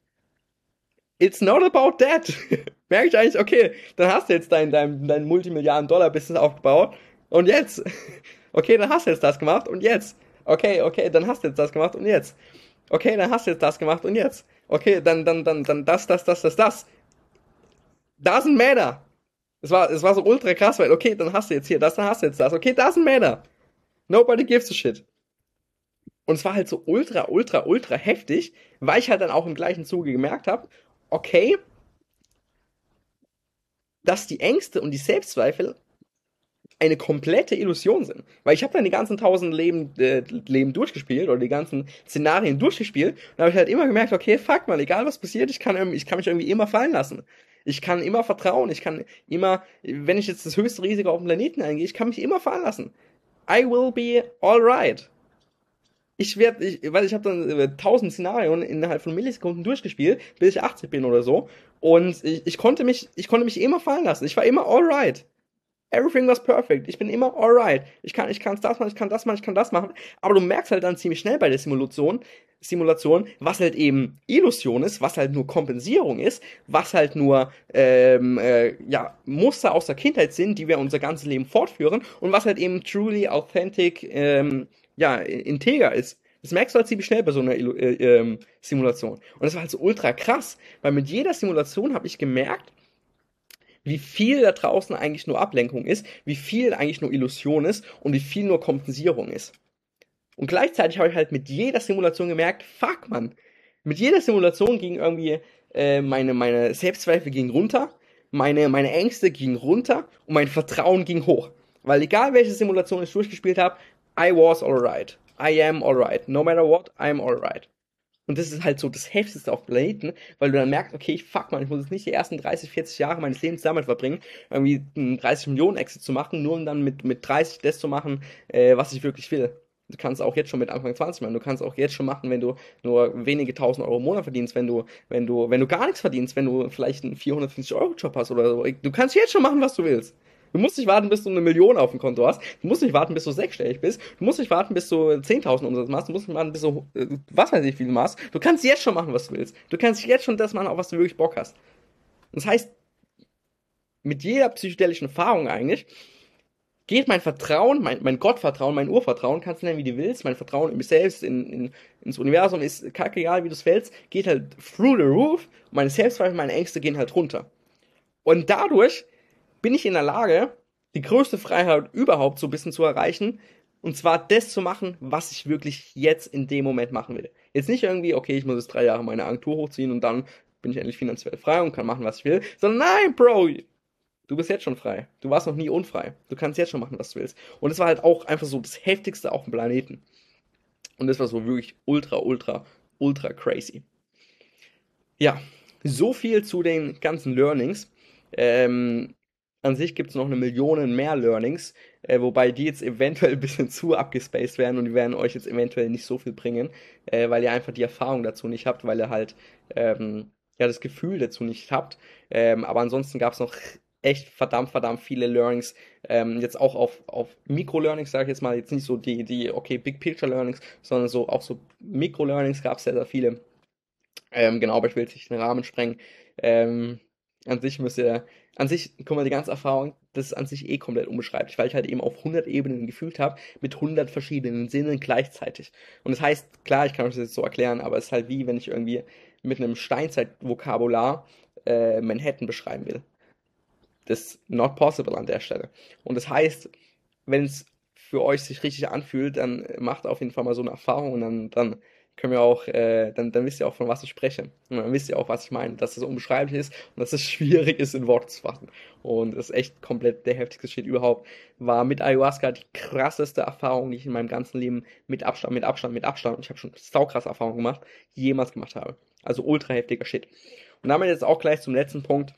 it's not about that. Merke ich eigentlich, okay, dann hast du jetzt dein Multimilliarden-Dollar-Business aufgebaut und jetzt, okay, dann hast du jetzt das gemacht und jetzt, okay, dann hast du jetzt das gemacht und jetzt, okay, dann hast du jetzt das gemacht und jetzt, okay, dann das. Doesn't matter. Es war so ultra krass, weil, okay, dann hast du jetzt hier das, dann hast du jetzt das, okay, doesn't matter. Nobody gives a shit. Und es war halt so ultra heftig, weil ich halt dann auch im gleichen Zuge gemerkt habe, okay, dass die Ängste und die Selbstzweifel eine komplette Illusion sind. Weil ich habe dann die ganzen 1000 Leben durchgespielt oder die ganzen Szenarien durchgespielt und habe ich halt immer gemerkt, okay, fuck man, egal was passiert, ich kann mich irgendwie immer fallen lassen. Ich kann immer vertrauen, ich kann immer, wenn ich jetzt das höchste Risiko auf dem Planeten eingehe, ich kann mich immer fallen lassen. I will be alright. Weil ich habe dann 1000 Szenarien innerhalb von Millisekunden durchgespielt, bis ich 80 bin oder so. Und ich konnte mich immer fallen lassen. Ich war immer alright. Everything was perfect. Ich bin immer alright. Ich kann das machen, ich kann das machen, ich kann das machen. Aber du merkst halt dann ziemlich schnell bei der Simulation, was halt eben Illusion ist, was halt nur Kompensierung ist, was halt nur ja, Muster aus der Kindheit sind, die wir unser ganzes Leben fortführen und was halt eben truly authentic ja, integer ist. Das merkst du halt ziemlich schnell bei so einer Simulation. Und das war halt so ultra krass, weil mit jeder Simulation habe ich gemerkt, wie viel da draußen eigentlich nur Ablenkung ist, wie viel eigentlich nur Illusion ist und wie viel nur Kompensierung ist. Und gleichzeitig habe ich halt mit jeder Simulation gemerkt, fuck man, mit jeder Simulation ging irgendwie meine Selbstzweifel gingen runter, meine Ängste gingen runter und mein Vertrauen ging hoch. Weil egal welche Simulation ich durchgespielt habe, I was alright. I am alright. No matter what, I'm alright. Und das ist halt so das Heftigste auf Planeten, weil du dann merkst, okay, fuck man, ich muss jetzt nicht die ersten 30, 40 Jahre meines Lebens damit verbringen, irgendwie einen 30 Millionen Exit zu machen, nur um dann mit 30 das zu machen, was ich wirklich will. Du kannst auch jetzt schon mit Anfang 20 machen, du kannst auch jetzt schon machen, wenn du nur wenige 1000 € im Monat verdienst, wenn du gar nichts verdienst, wenn du vielleicht einen 450 € Job hast oder so. Du kannst jetzt schon machen, was du willst. Du musst nicht warten, bis du 1 Million auf dem Konto hast. Du musst nicht warten, bis du sechsstellig bist. Du musst nicht warten, bis du 10.000 Umsatz machst. Du musst nicht warten, bis du, was weiß ich, viel machst. Du kannst jetzt schon machen, was du willst. Du kannst jetzt schon das machen, auf was du wirklich Bock hast. Das heißt, mit jeder psychedelischen Erfahrung eigentlich, geht mein Vertrauen, mein Gottvertrauen, mein Urvertrauen, kannst du nennen, wie du willst, mein Vertrauen in mich selbst, ins Universum ist kackegal, wie du es fällst, geht halt through the roof und meine Selbstzweifel, meine Ängste gehen halt runter. Und dadurch bin ich in der Lage, die größte Freiheit überhaupt so ein bisschen zu erreichen. Und zwar das zu machen, was ich wirklich jetzt in dem Moment machen will. Jetzt nicht irgendwie, okay, ich muss jetzt 3 Jahre meine Agentur hochziehen und dann bin ich endlich finanziell frei und kann machen, was ich will. Sondern nein, Bro, du bist jetzt schon frei. Du warst noch nie unfrei. Du kannst jetzt schon machen, was du willst. Und es war halt auch einfach so das Heftigste auf dem Planeten. Und das war so wirklich ultra, ultra, ultra crazy. Ja, so viel zu den ganzen Learnings. Ähm, an sich gibt es noch 1 Million mehr Learnings, wobei die jetzt eventuell ein bisschen zu abgespaced werden und die werden euch jetzt eventuell nicht so viel bringen, weil ihr einfach die Erfahrung dazu nicht habt, weil ihr halt ja das Gefühl dazu nicht habt. Aber ansonsten gab es noch echt verdammt, verdammt viele Learnings, jetzt auch auf Mikro-Learnings, sage ich jetzt mal, jetzt nicht so okay, Big Picture Learnings, sondern so auch so Mikro-Learnings gab es sehr, sehr viele. Genau, aber ich will jetzt nicht den Rahmen sprengen. Ähm, an sich müsst ihr, an sich, guck mal, die ganze Erfahrung, das ist an sich eh komplett unbeschreiblich, weil ich halt eben auf 100 Ebenen gefühlt habe, mit 100 verschiedenen Sinnen gleichzeitig. Und das heißt, klar, ich kann euch das jetzt so erklären, aber es ist halt wie, wenn ich irgendwie mit einem Steinzeit-Vokabular Manhattan beschreiben will. Das ist not possible an der Stelle. Und das heißt, wenn es für euch sich richtig anfühlt, dann macht auf jeden Fall mal so eine Erfahrung und dann können wir auch, dann wisst ihr auch, von was ich spreche. Und dann wisst ihr auch, was ich meine, dass es unbeschreiblich ist und dass es schwierig ist, in Worte zu fassen. Und das ist echt komplett der heftigste Shit überhaupt. War mit Ayahuasca die krasseste Erfahrung, die ich in meinem ganzen Leben und ich habe schon saukrasse Erfahrungen gemacht, jemals gemacht habe. Also ultra heftiger Shit. Und damit jetzt auch gleich zum letzten Punkt.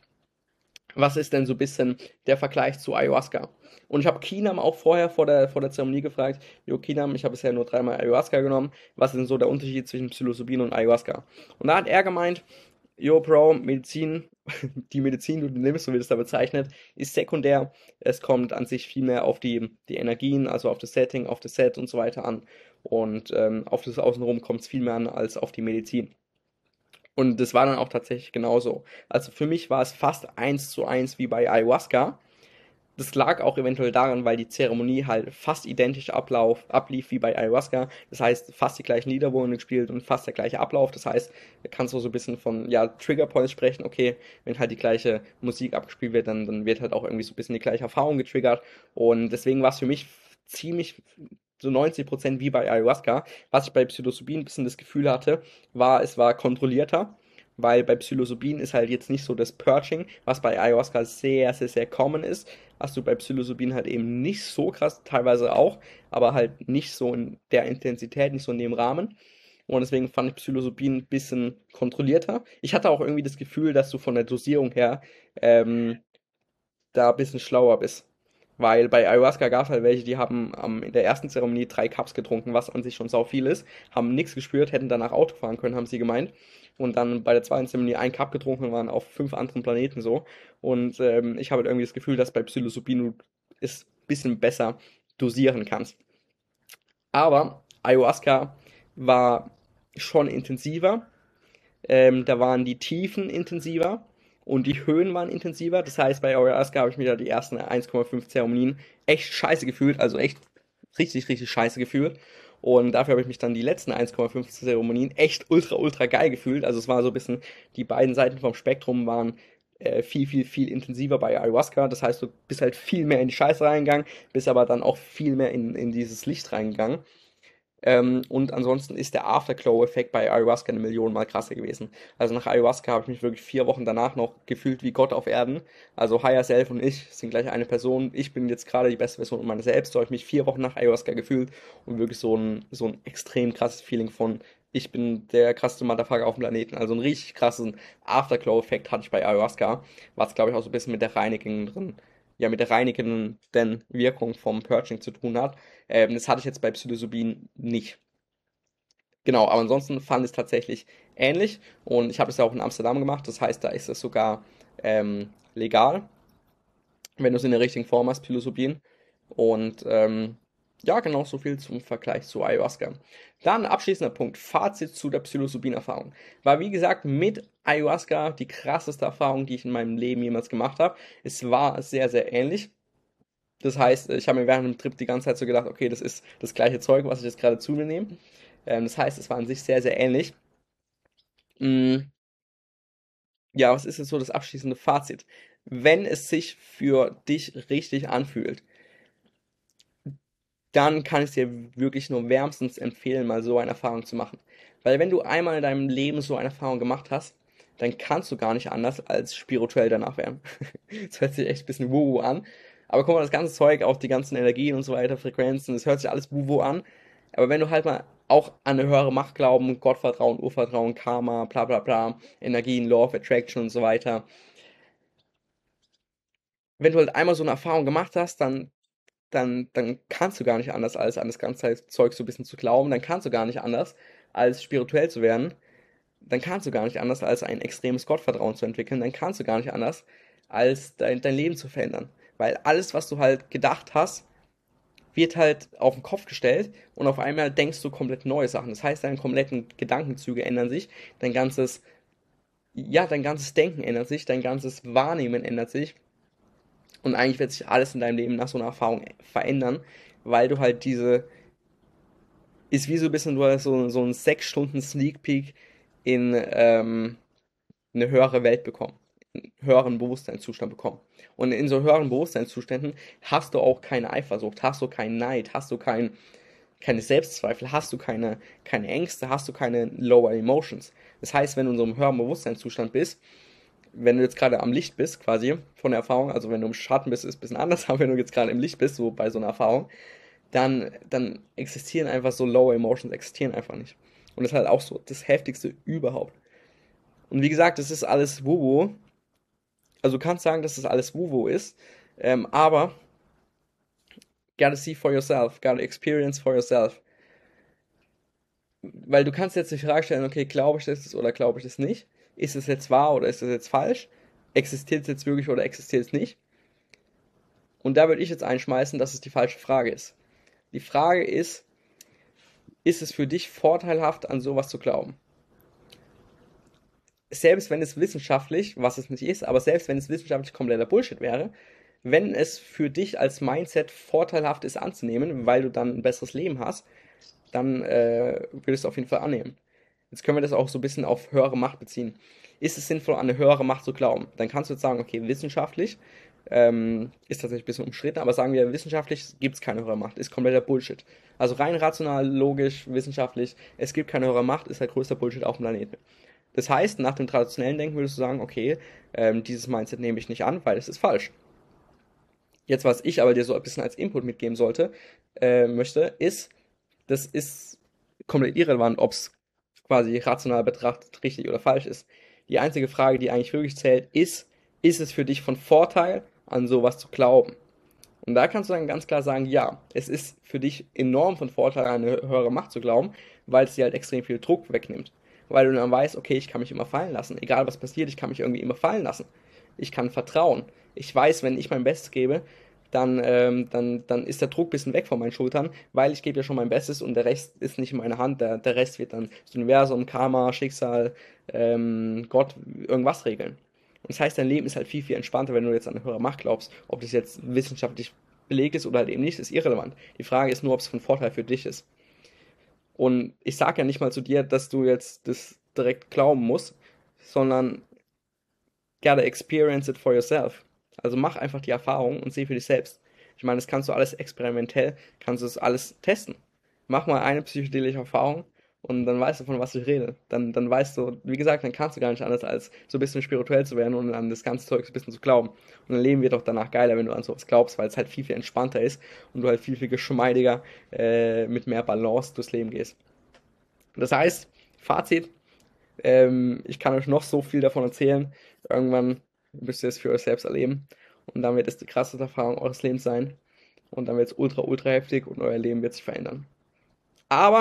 Was ist denn so ein bisschen der Vergleich zu Ayahuasca? Und ich habe Kinam auch vorher vor der Zeremonie gefragt, jo Kinam, ich habe bisher nur 3-mal Ayahuasca genommen, was ist denn so der Unterschied zwischen Psilocybin und Ayahuasca? Und da hat er gemeint, jo Bro, Medizin, die Medizin, die du nimmst, so wird es da bezeichnet, ist sekundär. Es kommt an sich viel mehr auf die Energien, also auf das Setting, auf das Set und so weiter an. Und auf das Außenrum kommt es viel mehr an als auf die Medizin. Und das war dann auch tatsächlich genauso. Also für mich war es fast 1:1 wie bei Ayahuasca. Das lag auch eventuell daran, weil die Zeremonie halt fast identisch ablief wie bei Ayahuasca. Das heißt, fast die gleichen Lieder wurden gespielt und fast der gleiche Ablauf. Das heißt, da kannst du so ein bisschen von, ja, Trigger Points sprechen. Okay, wenn halt die gleiche Musik abgespielt wird, dann wird halt auch irgendwie so ein bisschen die gleiche Erfahrung getriggert. Und deswegen war es für mich ziemlich so 90% wie bei Ayahuasca. Was ich bei Psilocybin ein bisschen das Gefühl hatte, es war kontrollierter, weil bei Psilocybin ist halt jetzt nicht so das Purging, was bei Ayahuasca sehr, sehr, sehr common ist. Hast du bei Psilocybin halt eben nicht so krass, teilweise auch, aber halt nicht so in der Intensität, nicht so in dem Rahmen. Und deswegen fand ich Psilocybin ein bisschen kontrollierter. Ich hatte auch irgendwie das Gefühl, dass du von der Dosierung her ähm, da ein bisschen schlauer bist. Weil bei Ayahuasca gab es halt welche, die haben in der ersten Zeremonie 3 Cups getrunken, was an sich schon sau viel ist, haben nichts gespürt, hätten danach Auto fahren können, haben sie gemeint. Und dann bei der zweiten Zeremonie 1 Cup getrunken und waren auf 5 anderen Planeten so. Und ich habe halt irgendwie das Gefühl, dass bei Psilocybin du es ein bisschen besser dosieren kannst. Aber Ayahuasca war schon intensiver, da waren die Tiefen intensiver und die Höhen waren intensiver. Das heißt, bei Ayahuasca habe ich mir da die ersten 1,5 Zeremonien echt scheiße gefühlt, also echt richtig, richtig scheiße gefühlt. Und dafür habe ich mich dann die letzten 1,5 Zeremonien echt ultra, ultra geil gefühlt. Also es war so ein bisschen, die beiden Seiten vom Spektrum waren viel, viel, viel intensiver bei Ayahuasca. Das heißt, du bist halt viel mehr in die Scheiße reingegangen, bist aber dann auch viel mehr in dieses Licht reingegangen. Und ansonsten ist der Afterglow-Effekt bei Ayahuasca 1 Million Mal krasser gewesen. Also nach Ayahuasca habe ich mich wirklich 4 Wochen danach noch gefühlt wie Gott auf Erden. Also Higher Self und ich sind gleich eine Person. Ich bin jetzt gerade die beste Version meiner selbst. So habe ich mich 4 Wochen nach Ayahuasca gefühlt und wirklich so ein extrem krasses Feeling von, ich bin der krasseste Motherfucker auf dem Planeten. Also einen richtig krassen Afterglow-Effekt hatte ich bei Ayahuasca, was glaube ich auch so ein bisschen mit der reinigenden, ja, mit der reinigenden Wirkung vom Purging zu tun hat. Das hatte ich jetzt bei Psilocybin nicht. Genau, aber ansonsten fand ich es tatsächlich ähnlich und ich habe es ja auch in Amsterdam gemacht, das heißt, da ist es sogar legal. wenn du es in der richtigen Form hast, Psilocybin. Und ja, genau so viel zum Vergleich zu Ayahuasca. Dann abschließender Punkt, Fazit zu der Psilocybin-Erfahrung. War wie gesagt mit Ayahuasca die krasseste Erfahrung, die ich in meinem Leben jemals gemacht habe. Es war sehr, sehr ähnlich. Das heißt, ich habe mir während dem Trip die ganze Zeit so gedacht, okay, das ist das gleiche Zeug, was ich jetzt gerade zu mir nehme. Das heißt, es war an sich sehr, sehr ähnlich. Mm, ja, was ist jetzt so das abschließende Fazit? Wenn es sich für dich richtig anfühlt, dann kann ich dir wirklich nur wärmstens empfehlen, mal so eine Erfahrung zu machen. Weil wenn du einmal in deinem Leben so eine Erfahrung gemacht hast, dann kannst du gar nicht anders als spirituell danach werden. Das hört sich echt ein bisschen wuhu an. Aber guck mal, das ganze Zeug, auch die ganzen Energien und so weiter, Frequenzen, das hört sich alles wuhu an. Aber wenn du halt mal auch an eine höhere Macht glauben, Gottvertrauen, Urvertrauen, Karma, bla bla bla, Energien, Law of Attraction und so weiter, wenn du halt einmal so eine Erfahrung gemacht hast, dann kannst du gar nicht anders, als an das ganze Zeug so ein bisschen zu glauben. Dann kannst du gar nicht anders, als spirituell zu werden. Dann kannst du gar nicht anders, als ein extremes Gottvertrauen zu entwickeln. Dann kannst du gar nicht anders, als dein Leben zu verändern. Weil alles, was du halt gedacht hast, wird halt auf den Kopf gestellt und auf einmal denkst du komplett neue Sachen. Das heißt, deine kompletten Gedankenzüge ändern sich, dein ganzes, ja, dein ganzes Denken ändert sich, dein ganzes Wahrnehmen ändert sich. Und eigentlich wird sich alles in deinem Leben nach so einer Erfahrung verändern, weil du halt ist wie so ein bisschen, du hast so einen 6 Stunden Sneak Peek in eine höhere Welt bekommen, einen höheren Bewusstseinszustand bekommen. Und in so höheren Bewusstseinszuständen hast du auch keine Eifersucht, hast du keinen Neid, hast du keine Selbstzweifel, hast du keine Ängste, hast du keine Lower Emotions. Das heißt, wenn du in so einem höheren Bewusstseinszustand bist, wenn du jetzt gerade am Licht bist, quasi von der Erfahrung, also wenn du im Schatten bist, ist es ein bisschen anders, aber wenn du jetzt gerade im Licht bist, so bei so einer Erfahrung, dann existieren einfach so Lower Emotions, existieren einfach nicht. Und das ist halt auch so das Heftigste überhaupt. Und wie gesagt, das ist alles Wuhu. Also du kannst sagen, dass das alles Wuhu ist, aber gotta see for yourself, gotta experience for yourself. Weil du kannst jetzt die Frage stellen, okay, glaube ich das oder glaube ich das nicht? Ist es jetzt wahr oder ist es jetzt falsch? Existiert es jetzt wirklich oder existiert es nicht? Und da würde ich jetzt einschmeißen, dass es die falsche Frage ist. Die Frage ist es für dich vorteilhaft, an sowas zu glauben? Selbst wenn es wissenschaftlich, was es nicht ist, aber selbst wenn es wissenschaftlich kompletter Bullshit wäre, wenn es für dich als Mindset vorteilhaft ist anzunehmen, weil du dann ein besseres Leben hast, dann würdest du auf jeden Fall annehmen. Jetzt können wir das auch so ein bisschen auf höhere Macht beziehen. Ist es sinnvoll, an eine höhere Macht zu glauben? Dann kannst du jetzt sagen, okay, wissenschaftlich ist tatsächlich ein bisschen umstritten, aber sagen wir, wissenschaftlich gibt es keine höhere Macht, ist kompletter Bullshit. Also rein rational, logisch, wissenschaftlich, es gibt keine höhere Macht, ist der größte Bullshit auf dem Planeten. Das heißt, nach dem traditionellen Denken würdest du sagen, okay, dieses Mindset nehme ich nicht an, weil es ist falsch. Jetzt, was ich aber dir so ein bisschen als Input mitgeben möchte, ist, das ist komplett irrelevant, ob es quasi rational betrachtet richtig oder falsch ist. Die einzige Frage, die eigentlich wirklich zählt, ist es für dich von Vorteil, an sowas zu glauben? Und da kannst du dann ganz klar sagen, ja, es ist für dich enorm von Vorteil, an eine höhere Macht zu glauben, weil es dir halt extrem viel Druck wegnimmt. Weil du dann weißt, okay, ich kann mich immer fallen lassen. Egal was passiert, ich kann mich irgendwie immer fallen lassen. Ich kann vertrauen. Ich weiß, wenn ich mein Bestes gebe, dann ist der Druck ein bisschen weg von meinen Schultern, weil ich gebe ja schon mein Bestes und der Rest ist nicht in meiner Hand. Der Rest wird dann das Universum, Karma, Schicksal, Gott, irgendwas regeln. Und das heißt, dein Leben ist halt viel, viel entspannter, wenn du jetzt an eine höhere Macht glaubst. Ob das jetzt wissenschaftlich belegt ist oder halt eben nicht, ist irrelevant. Die Frage ist nur, ob es von Vorteil für dich ist. Und ich sage ja nicht mal zu dir, dass du jetzt das direkt glauben musst, sondern gotta experience it for yourself. Also mach einfach die Erfahrung und seh für dich selbst. Ich meine, das kannst du alles experimentell, kannst du das alles testen. Mach mal eine psychedelische Erfahrung und dann weißt du, von was ich rede. Dann weißt du, wie gesagt, dann kannst du gar nicht anders, als so ein bisschen spirituell zu werden und an das ganze Zeug so ein bisschen zu glauben. Und dein Leben wird auch danach geiler, wenn du an sowas glaubst, weil es halt viel, viel entspannter ist und du halt viel, viel geschmeidiger mit mehr Balance durchs Leben gehst. Das heißt, Fazit, ich kann euch noch so viel davon erzählen. Irgendwann müsst ihr es für euch selbst erleben. Und dann wird es die krasseste Erfahrung eures Lebens sein. Und dann wird es ultra, ultra heftig und euer Leben wird sich verändern. Aber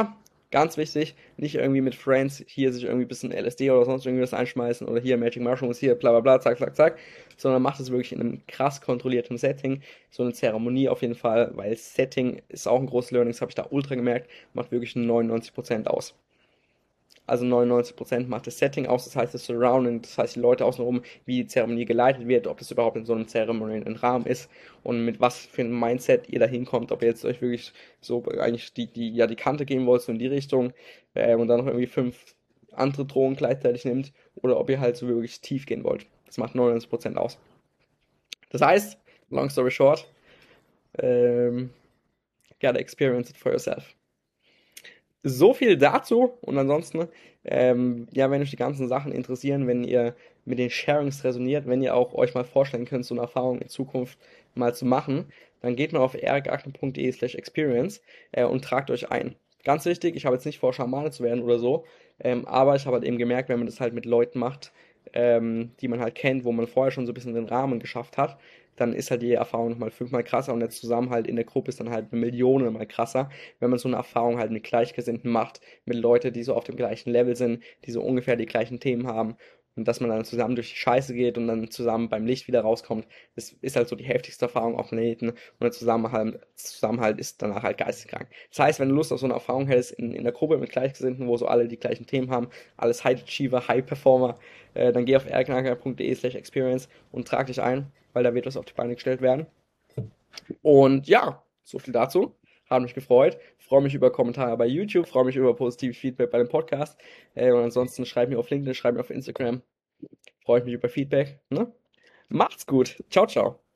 Ganz wichtig, nicht irgendwie mit Friends hier sich irgendwie ein bisschen LSD oder sonst irgendwas einschmeißen oder hier Magic Mushrooms, hier bla bla bla, zack, zack, zack, sondern macht es wirklich in einem krass kontrollierten Setting, so eine Zeremonie auf jeden Fall, weil Setting ist auch ein großes Learning, das habe ich da ultra gemerkt, macht wirklich 99% aus. Also 99% macht das Setting aus, das heißt das Surrounding, das heißt die Leute außenrum, wie die Zeremonie geleitet wird, ob das überhaupt in so einem zeremoniellen Rahmen ist und mit was für einem Mindset ihr da hinkommt, ob ihr jetzt euch wirklich so eigentlich die Kante geben wollt, so in die Richtung und dann noch irgendwie 5 andere Drogen gleichzeitig nimmt oder ob ihr halt so wirklich tief gehen wollt. Das macht 99% aus. Das heißt, long story short, ähm, gotta experience it for yourself. So viel dazu und ansonsten, ja, wenn euch die ganzen Sachen interessieren, wenn ihr mit den Sharings resoniert, wenn ihr auch euch mal vorstellen könnt, so eine Erfahrung in Zukunft mal zu machen, dann geht mal auf erikakne.de/experience und tragt euch ein. Ganz wichtig, ich habe jetzt nicht vor, Schamane zu werden oder so, aber ich habe halt eben gemerkt, wenn man das halt mit Leuten macht, die man halt kennt, wo man vorher schon so ein bisschen den Rahmen geschafft hat, dann ist halt die Erfahrung nochmal 5-mal krasser und der Zusammenhalt in der Gruppe ist dann halt eine Million mal krasser, wenn man so eine Erfahrung halt mit Gleichgesinnten macht, mit Leuten, die so auf dem gleichen Level sind, die so ungefähr die gleichen Themen haben und dass man dann zusammen durch die Scheiße geht und dann zusammen beim Licht wieder rauskommt, das ist halt so die heftigste Erfahrung auf dem Planeten und der Zusammenhalt ist danach halt geisteskrank. Das heißt, wenn du Lust auf so eine Erfahrung hättest in der Gruppe mit Gleichgesinnten, wo so alle die gleichen Themen haben, alles High Achiever, High Performer, dann geh auf erknacker.de/experience und trag dich ein, weil da wird was auf die Beine gestellt werden. Und ja, so viel dazu. Hat mich gefreut. Freue mich über Kommentare bei YouTube, freue mich über positives Feedback bei dem Podcast. Und ansonsten schreib mir auf LinkedIn, schreib mir auf Instagram. Freue ich mich über Feedback. Ne? Macht's gut. Ciao, ciao.